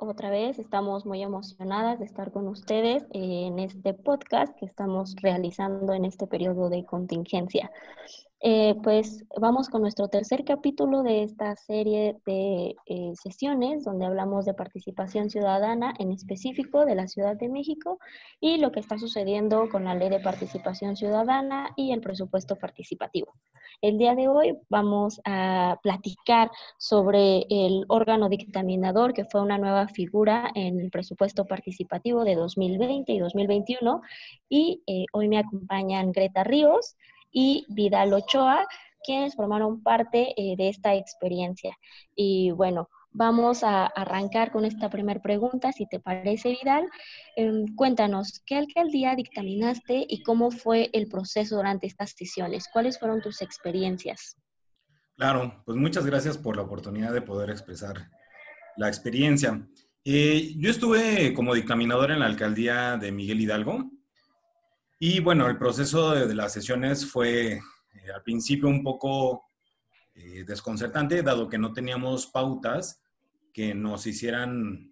otra vez. Estamos muy emocionadas de estar con ustedes en este podcast que estamos realizando en este periodo de contingencia. Pues vamos con nuestro tercer capítulo de esta serie de sesiones donde hablamos de participación ciudadana, en específico de la Ciudad de México y lo que está sucediendo con la Ley de Participación Ciudadana y el presupuesto participativo. El día de hoy vamos a platicar sobre el órgano dictaminador, que fue una nueva figura en el presupuesto participativo de 2020 y 2021. Y hoy me acompañan Greta Ríos y Vidal Ochoa, quienes formaron parte de esta experiencia. Y bueno, vamos a arrancar con esta primera pregunta, si te parece, Vidal. Cuéntanos, ¿qué alcaldía dictaminaste y cómo fue el proceso durante estas sesiones? ¿Cuáles fueron tus experiencias? Claro, pues muchas gracias por la oportunidad de poder expresar la experiencia. Yo estuve como dictaminador en la alcaldía de Miguel Hidalgo y bueno, el proceso de las sesiones fue al principio un poco desconcertante, dado que no teníamos pautas que nos hicieran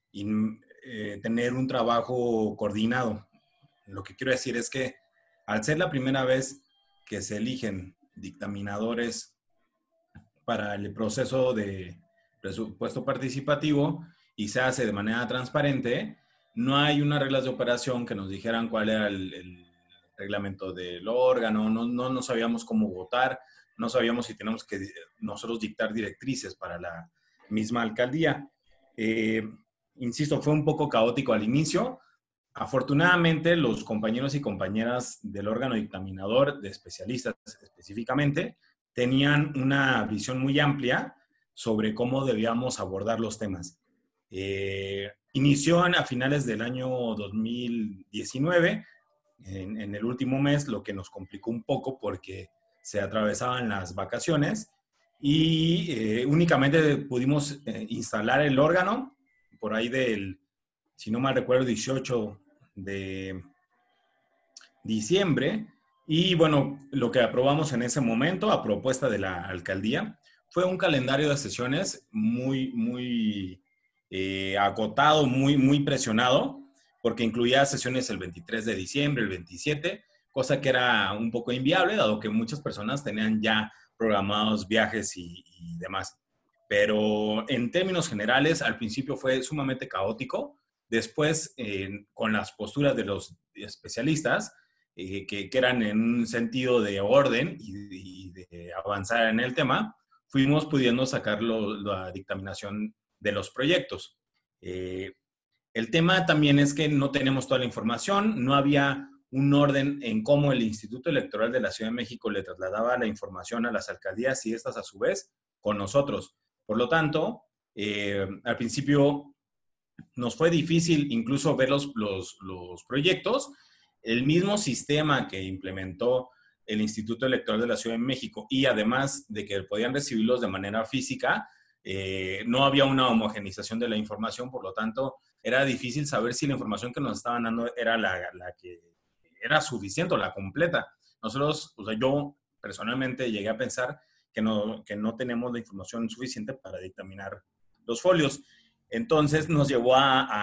tener un trabajo coordinado. Lo que quiero decir es que al ser la primera vez que se eligen dictaminadores para el proceso de presupuesto participativo y se hace de manera transparente, no hay unas reglas de operación que nos dijeran cuál era el reglamento del órgano, no sabíamos cómo votar, no sabíamos si tenemos que nosotros dictar directrices para la misma alcaldía. Insisto, fue un poco caótico al inicio. Afortunadamente, los compañeros y compañeras del órgano dictaminador, de especialistas específicamente, tenían una visión muy amplia sobre cómo debíamos abordar los temas. Inició a finales del año 2019, en el último mes, lo que nos complicó un poco porque se atravesaban las vacaciones y únicamente pudimos instalar el órgano por ahí del, si no mal recuerdo, 18 de diciembre. Y bueno, lo que aprobamos en ese momento, a propuesta de la alcaldía, fue un calendario de sesiones muy acotado, muy presionado, porque incluía sesiones el 23 de diciembre, el 27, cosa que era un poco inviable, dado que muchas personas tenían ya programados viajes y demás. Pero en términos generales, al principio fue sumamente caótico. Después, con las posturas de los especialistas, que eran en un sentido de orden y de avanzar en el tema, fuimos pudiendo sacar la dictaminación de los proyectos. El tema también es que no tenemos toda la información, no había un orden en cómo el Instituto Electoral de la Ciudad de México le trasladaba la información a las alcaldías y estas a su vez con nosotros. Por lo tanto, al principio nos fue difícil incluso ver los proyectos. El mismo sistema que implementó el Instituto Electoral de la Ciudad de México y además de que podían recibirlos de manera física, no había una homogenización de la información, por lo tanto, era difícil saber si la información que nos estaban dando era la que era suficiente o la completa. Nosotros, o sea, yo personalmente llegué a pensar que no tenemos la información suficiente para dictaminar los folios. Entonces nos llevó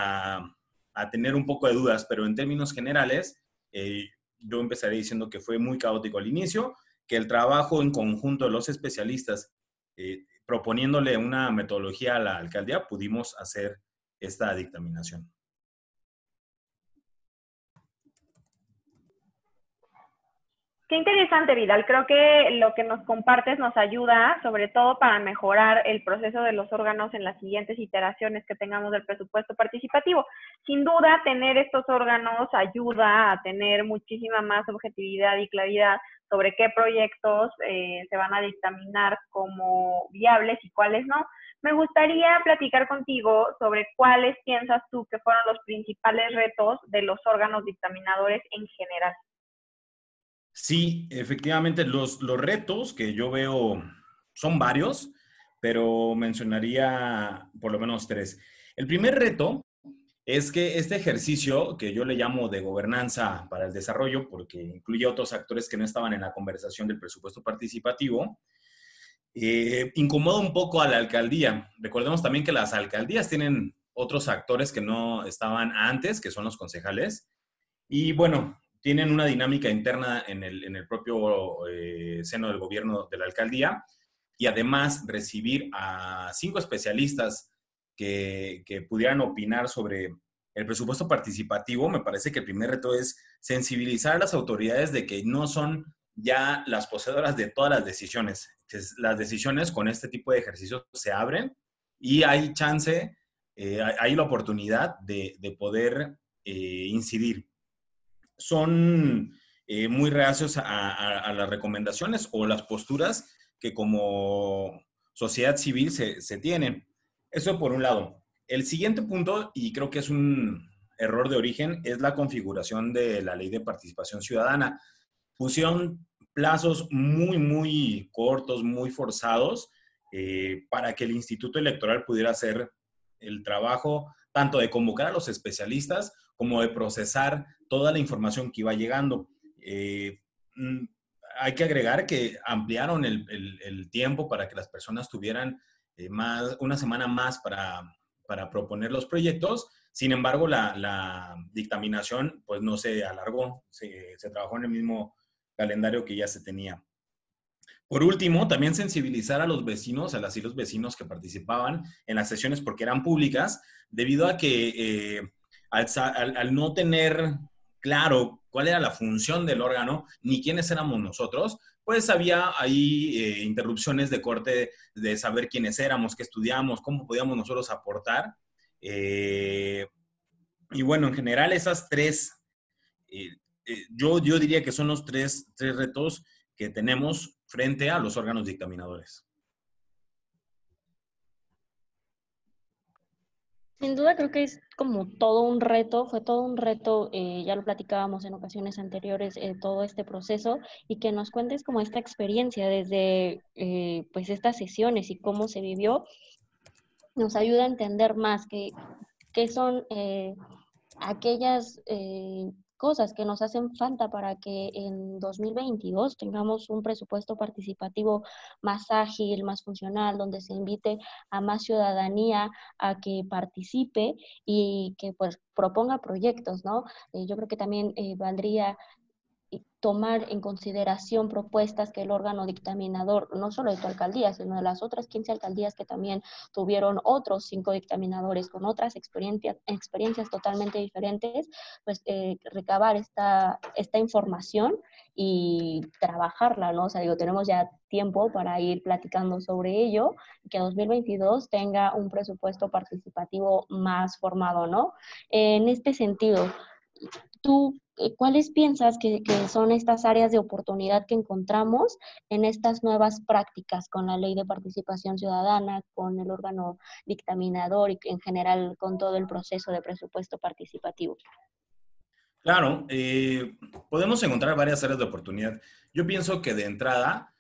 a tener un poco de dudas, pero en términos generales, yo empezaré diciendo que fue muy caótico al inicio, que el trabajo en conjunto de los especialistas, proponiéndole una metodología a la alcaldía, pudimos hacer esta dictaminación. Qué interesante, Vidal. Creo que lo que nos compartes nos ayuda, sobre todo para mejorar el proceso de los órganos en las siguientes iteraciones que tengamos del presupuesto participativo. Sin duda, tener estos órganos ayuda a tener muchísima más objetividad y claridad sobre qué proyectos se van a dictaminar como viables y cuáles no. Me gustaría platicar contigo sobre cuáles piensas tú que fueron los principales retos de los órganos dictaminadores en general. Sí, efectivamente, los retos que yo veo son varios, pero mencionaría por lo menos tres. El primer reto es que este ejercicio, que yo le llamo de gobernanza para el desarrollo, porque incluye otros actores que no estaban en la conversación del presupuesto participativo, incomoda un poco a la alcaldía. Recordemos también que las alcaldías tienen otros actores que no estaban antes, que son los concejales. Y bueno, tienen una dinámica interna en el propio seno del gobierno de la alcaldía, y además recibir a 5 especialistas que pudieran opinar sobre el presupuesto participativo. Me parece que el primer reto es sensibilizar a las autoridades de que no son ya las poseedoras de todas las decisiones. Las decisiones con este tipo de ejercicios se abren y hay chance, hay la oportunidad de poder incidir. Son muy reacios a las recomendaciones o las posturas que como sociedad civil se tienen. Eso por un lado. El siguiente punto, y creo que es un error de origen, es la configuración de la ley de participación ciudadana. Pusieron plazos muy cortos, muy forzados, para que el Instituto Electoral pudiera hacer el trabajo tanto de convocar a los especialistas como de procesar toda la información que iba llegando. Hay que agregar que ampliaron el tiempo para que las personas tuvieran una semana más para proponer los proyectos. Sin embargo, la dictaminación pues no se alargó, se trabajó en el mismo calendario que ya se tenía. Por último, también sensibilizar a los vecinos, a las y los vecinos que participaban en las sesiones porque eran públicas, debido a que al no tener claro cuál era la función del órgano, ni quiénes éramos nosotros, pues había ahí interrupciones de corte de saber quiénes éramos, qué estudiamos, cómo podíamos nosotros aportar. Y bueno, en general esas tres, yo diría que son los tres retos que tenemos frente a los órganos dictaminadores. Sin duda creo que es como todo un reto, fue todo un reto, ya lo platicábamos en ocasiones anteriores, todo este proceso, y que nos cuentes como esta experiencia desde pues estas sesiones y cómo se vivió, nos ayuda a entender más qué son aquellas cosas que nos hacen falta para que en 2022 tengamos un presupuesto participativo más ágil, más funcional, donde se invite a más ciudadanía a que participe y que pues proponga proyectos, ¿no? Yo creo que también valdría tomar en consideración propuestas que el órgano dictaminador, no solo de tu alcaldía, sino de las otras 15 alcaldías que también tuvieron otros 5 dictaminadores con otras experiencias totalmente diferentes, pues recabar esta información y trabajarla, ¿no? O sea, digo, tenemos ya tiempo para ir platicando sobre ello, y que 2022 tenga un presupuesto participativo más formado, ¿no? En este sentido, ¿tú cuáles piensas que son estas áreas de oportunidad que encontramos en estas nuevas prácticas con la ley de participación ciudadana, con el órgano dictaminador y en general con todo el proceso de presupuesto participativo? Claro, podemos encontrar varias áreas de oportunidad. Yo pienso que de entrada,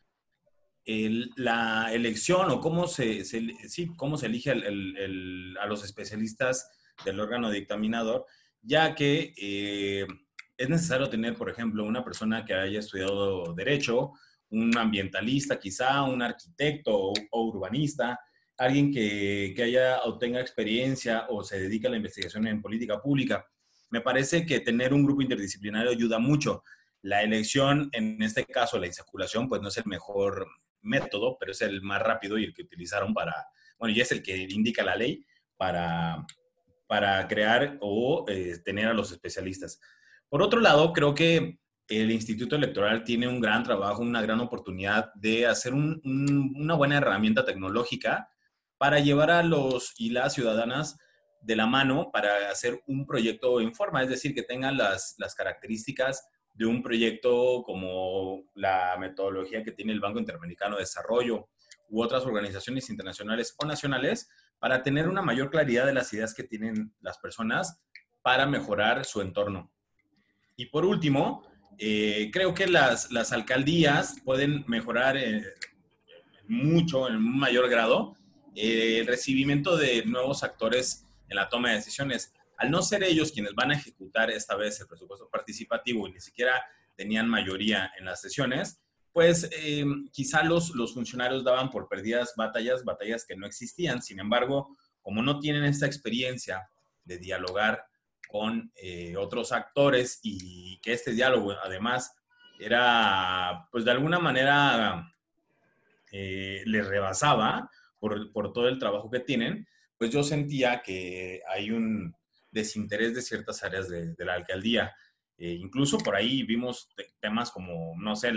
la elección o cómo cómo se elige a los especialistas del órgano dictaminador, ya que es necesario tener, por ejemplo, una persona que haya estudiado Derecho, un ambientalista quizá, un arquitecto o urbanista, alguien que haya o tenga experiencia o se dedica a la investigación en política pública. Me parece que tener un grupo interdisciplinario ayuda mucho. La elección, en este caso la insaculación, pues no es el mejor método, pero es el más rápido y el que utilizaron bueno, y es el que indica la ley para crear o tener a los especialistas. Por otro lado, creo que el Instituto Electoral tiene un gran trabajo, una gran oportunidad de hacer una buena herramienta tecnológica para llevar a los y las ciudadanas de la mano para hacer un proyecto en forma, es decir, que tengan las características de un proyecto como la metodología que tiene el Banco Interamericano de Desarrollo u otras organizaciones internacionales o nacionales, para tener una mayor claridad de las ideas que tienen las personas para mejorar su entorno. Y por último, creo que las alcaldías pueden mejorar mucho, en un mayor grado, el recibimiento de nuevos actores en la toma de decisiones. Al no ser ellos quienes van a ejecutar esta vez el presupuesto participativo y ni siquiera tenían mayoría en las sesiones, pues quizá los funcionarios daban por perdidas batallas que no existían. Sin embargo, como no tienen esta experiencia de dialogar con otros actores y que este diálogo además era, pues de alguna manera, les rebasaba por todo el trabajo que tienen, pues yo sentía que hay un desinterés de ciertas áreas de la alcaldía. Incluso por ahí vimos temas como, no sé,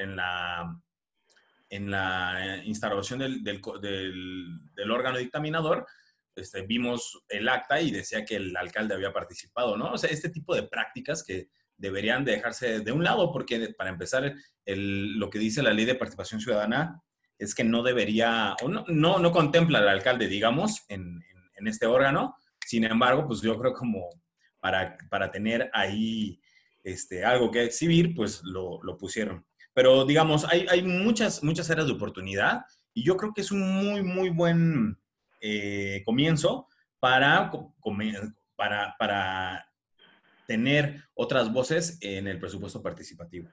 en la instalación del órgano dictaminador, vimos el acta y decía que el alcalde había participado, ¿no? O sea, este tipo de prácticas que deberían de dejarse de un lado, porque para empezar, lo que dice la ley de participación ciudadana es que no debería, o no contempla al alcalde, digamos, en este órgano. Sin embargo, pues yo creo como para tener ahí algo que exhibir, pues lo pusieron. Pero digamos, hay muchas áreas de oportunidad y yo creo que es un muy, muy buen comienzo para, para tener otras voces en el presupuesto participativo.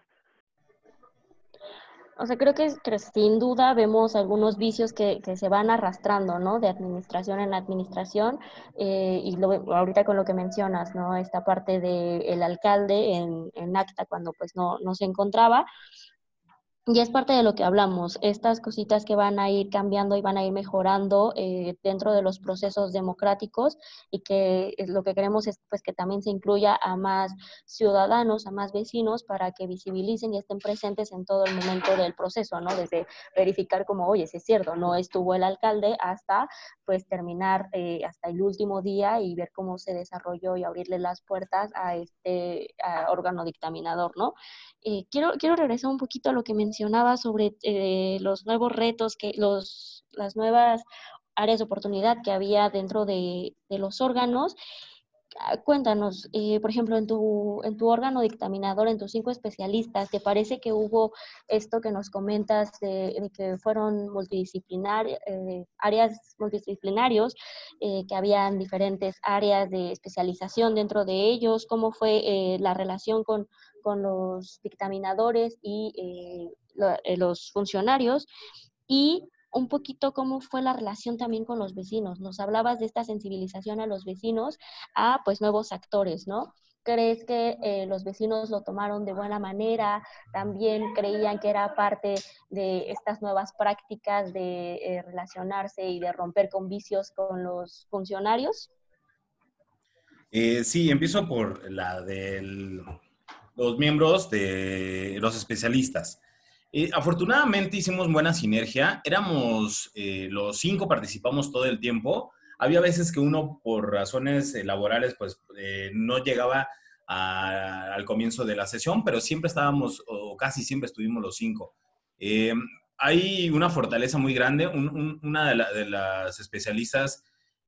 O sea, creo que sin duda vemos algunos vicios que se van arrastrando, ¿no? De administración en administración, y ahorita con lo que mencionas, ¿no? Esta parte del alcalde en acta cuando pues no se encontraba. Y es parte de lo que hablamos, estas cositas que van a ir cambiando y van a ir mejorando dentro de los procesos democráticos, y que lo que queremos es pues que también se incluya a más ciudadanos, a más vecinos, para que visibilicen y estén presentes en todo el momento del proceso, ¿no? Desde verificar como, oye, si es cierto, no estuvo el alcalde, hasta pues terminar hasta el último día y ver cómo se desarrolló y abrirle las puertas a este órgano dictaminador, ¿no? Quiero regresar un poquito a lo que mencionaba sobre los nuevos retos, las nuevas áreas de oportunidad que había dentro de los órganos. Cuéntanos, por ejemplo, en tu órgano dictaminador, en tus 5 especialistas, ¿te parece que hubo esto que nos comentas de que fueron áreas multidisciplinarios, que habían diferentes áreas de especialización dentro de ellos? ¿Cómo fue la relación con los dictaminadores y los funcionarios? Y un poquito cómo fue la relación también con los vecinos. Nos hablabas de esta sensibilización a los vecinos, a pues nuevos actores, ¿no? ¿Crees que los vecinos lo tomaron de buena manera? ¿También creían que era parte de estas nuevas prácticas de relacionarse y de romper con vicios con los funcionarios? Sí, empiezo por la de los miembros de los especialistas. Afortunadamente hicimos buena sinergia. Éramos los 5, participamos todo el tiempo. Había veces que uno, por razones laborales, pues no llegaba al comienzo de la sesión, pero siempre estábamos, o casi siempre estuvimos los 5. Hay una fortaleza muy grande. Una de las especialistas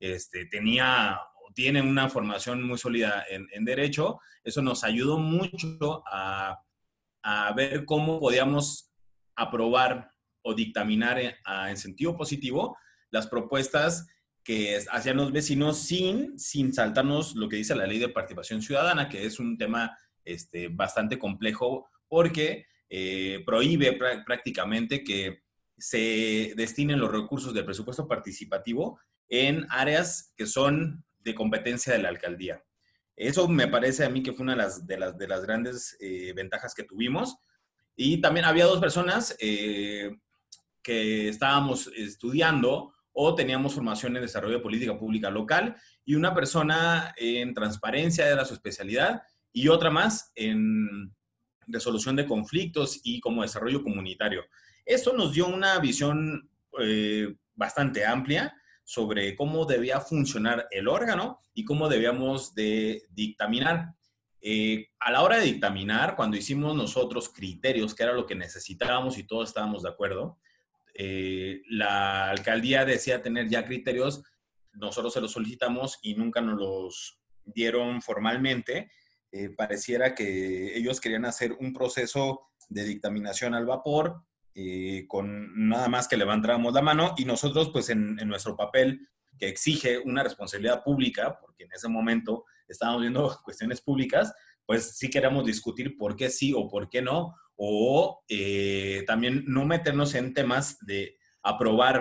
tiene una formación muy sólida en derecho. Eso nos ayudó mucho a ver cómo podíamos aprobar o dictaminar en sentido positivo las propuestas que hacían los vecinos sin saltarnos lo que dice la ley de participación ciudadana, que es un tema bastante complejo porque prohíbe prácticamente que se destinen los recursos del presupuesto participativo en áreas que son de competencia de la alcaldía. Eso me parece a mí que fue una de las grandes ventajas que tuvimos. Y también había 2 personas que estábamos estudiando o teníamos formación en desarrollo de política pública local, y una persona en transparencia, era su especialidad, y otra más en resolución de conflictos y como desarrollo comunitario. Esto nos dio una visión bastante amplia sobre cómo debía funcionar el órgano y cómo debíamos de dictaminar. A la hora de dictaminar, cuando hicimos nosotros criterios, que era lo que necesitábamos y todos estábamos de acuerdo, la alcaldía decía tener ya criterios, nosotros se los solicitamos y nunca nos los dieron formalmente. Pareciera que ellos querían hacer un proceso de dictaminación al vapor, con nada más que levantáramos la mano, y nosotros pues en nuestro papel, que exige una responsabilidad pública, porque en ese momento estábamos viendo cuestiones públicas, pues sí queremos discutir por qué sí o por qué no, o también no meternos en temas de aprobar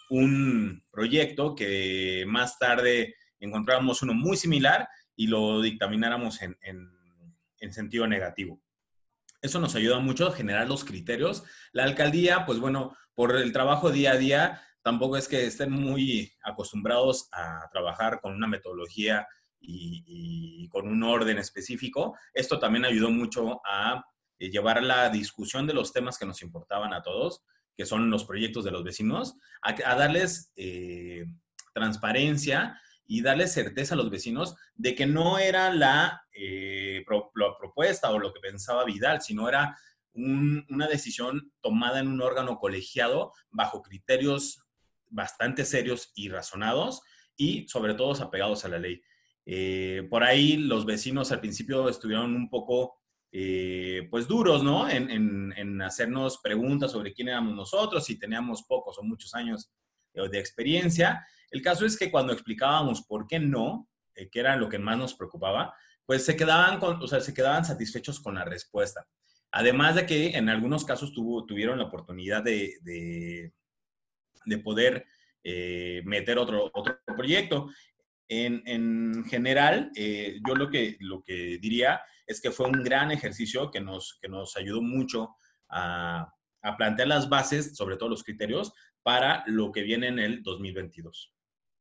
un proyecto que más tarde encontráramos uno muy similar y lo dictamináramos en sentido negativo. Eso nos ayuda mucho a generar los criterios. La alcaldía, pues bueno, por el trabajo día a día, tampoco es que estén muy acostumbrados a trabajar con una metodología y con un orden específico. Esto también ayudó mucho a llevar la discusión de los temas que nos importaban a todos, que son los proyectos de los vecinos, a darles transparencia y darles certeza a los vecinos de que no era la propuesta o lo que pensaba Vidal, sino era una decisión tomada en un órgano colegiado bajo criterios bastante serios y razonados y sobre todo apegados a la ley. Por ahí los vecinos al principio estuvieron un poco pues duros, ¿no? En hacernos preguntas sobre quién éramos nosotros, si teníamos pocos o muchos años de experiencia. El caso es que cuando explicábamos por qué no, que era lo que más nos preocupaba, pues se quedaban satisfechos con la respuesta. Además de que en algunos casos tuvieron la oportunidad de poder meter otro proyecto. En general, yo lo que diría es que fue un gran ejercicio que nos ayudó mucho a plantear las bases, sobre todo los criterios, para lo que viene en el 2022.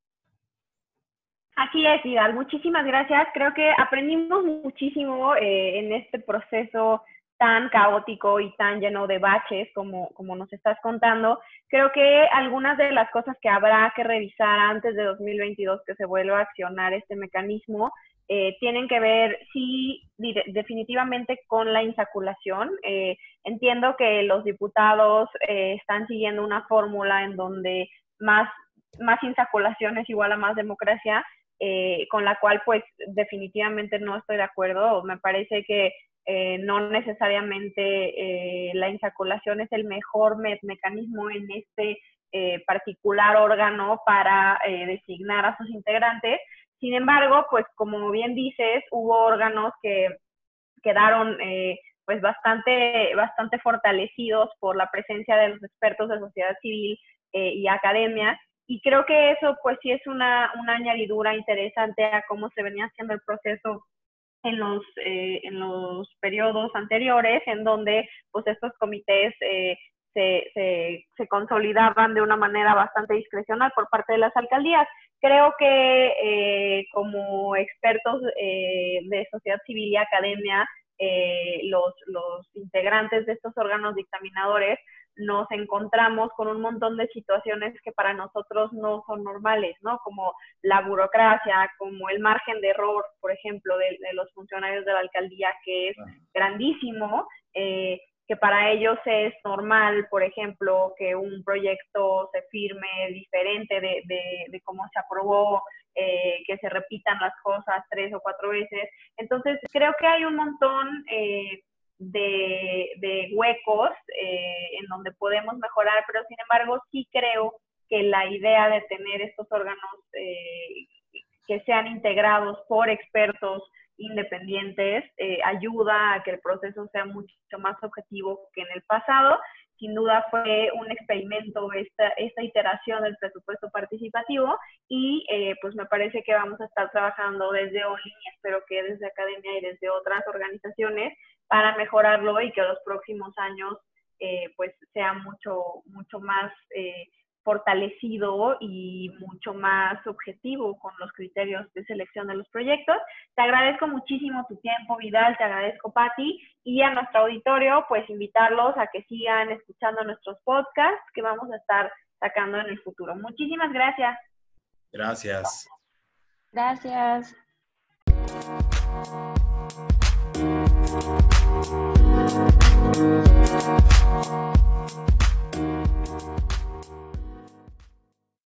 Así es, Vidal. Muchísimas gracias. Creo que aprendimos muchísimo en este proceso tan caótico y tan lleno de baches como nos estás contando. Creo que algunas de las cosas que habrá que revisar antes de 2022 que se vuelva a accionar este mecanismo tienen que ver, sí, definitivamente con la insaculación. Entiendo que los diputados están siguiendo una fórmula en donde más insaculación es igual a más democracia, con la cual pues definitivamente no estoy de acuerdo. Me parece que no necesariamente la insaculación es el mejor mecanismo en este particular órgano para designar a sus integrantes. Sin embargo, pues como bien dices, hubo órganos que quedaron pues bastante fortalecidos por la presencia de los expertos de sociedad civil y academia. Y creo que eso pues sí es una añadidura interesante a cómo se venía haciendo el proceso en los periodos anteriores, en donde pues estos comités se consolidaban de una manera bastante discrecional por parte de las alcaldías. Creo que como expertos de sociedad civil y academia, los integrantes de estos órganos dictaminadores nos encontramos con un montón de situaciones que para nosotros no son normales, ¿no? Como la burocracia, como el margen de error, por ejemplo, de los funcionarios de la alcaldía, que es grandísimo, que para ellos es normal, por ejemplo, que un proyecto se firme diferente de cómo se aprobó, que se repitan las cosas 3 o 4 veces. Entonces, creo que hay un montón de huecos en donde podemos mejorar, pero sin embargo sí creo que la idea de tener estos órganos que sean integrados por expertos independientes ayuda a que el proceso sea mucho más objetivo que en el pasado. Sin duda fue un experimento esta iteración del presupuesto participativo y pues me parece que vamos a estar trabajando desde hoy y espero que desde academia y desde otras organizaciones para mejorarlo y que los próximos años pues sea mucho más fortalecido y mucho más objetivo con los criterios de selección de los proyectos. Te agradezco muchísimo tu tiempo, Vidal, te agradezco, Pati, y a nuestro auditorio, pues invitarlos a que sigan escuchando nuestros podcasts que vamos a estar sacando en el futuro. Muchísimas gracias. Gracias. Gracias.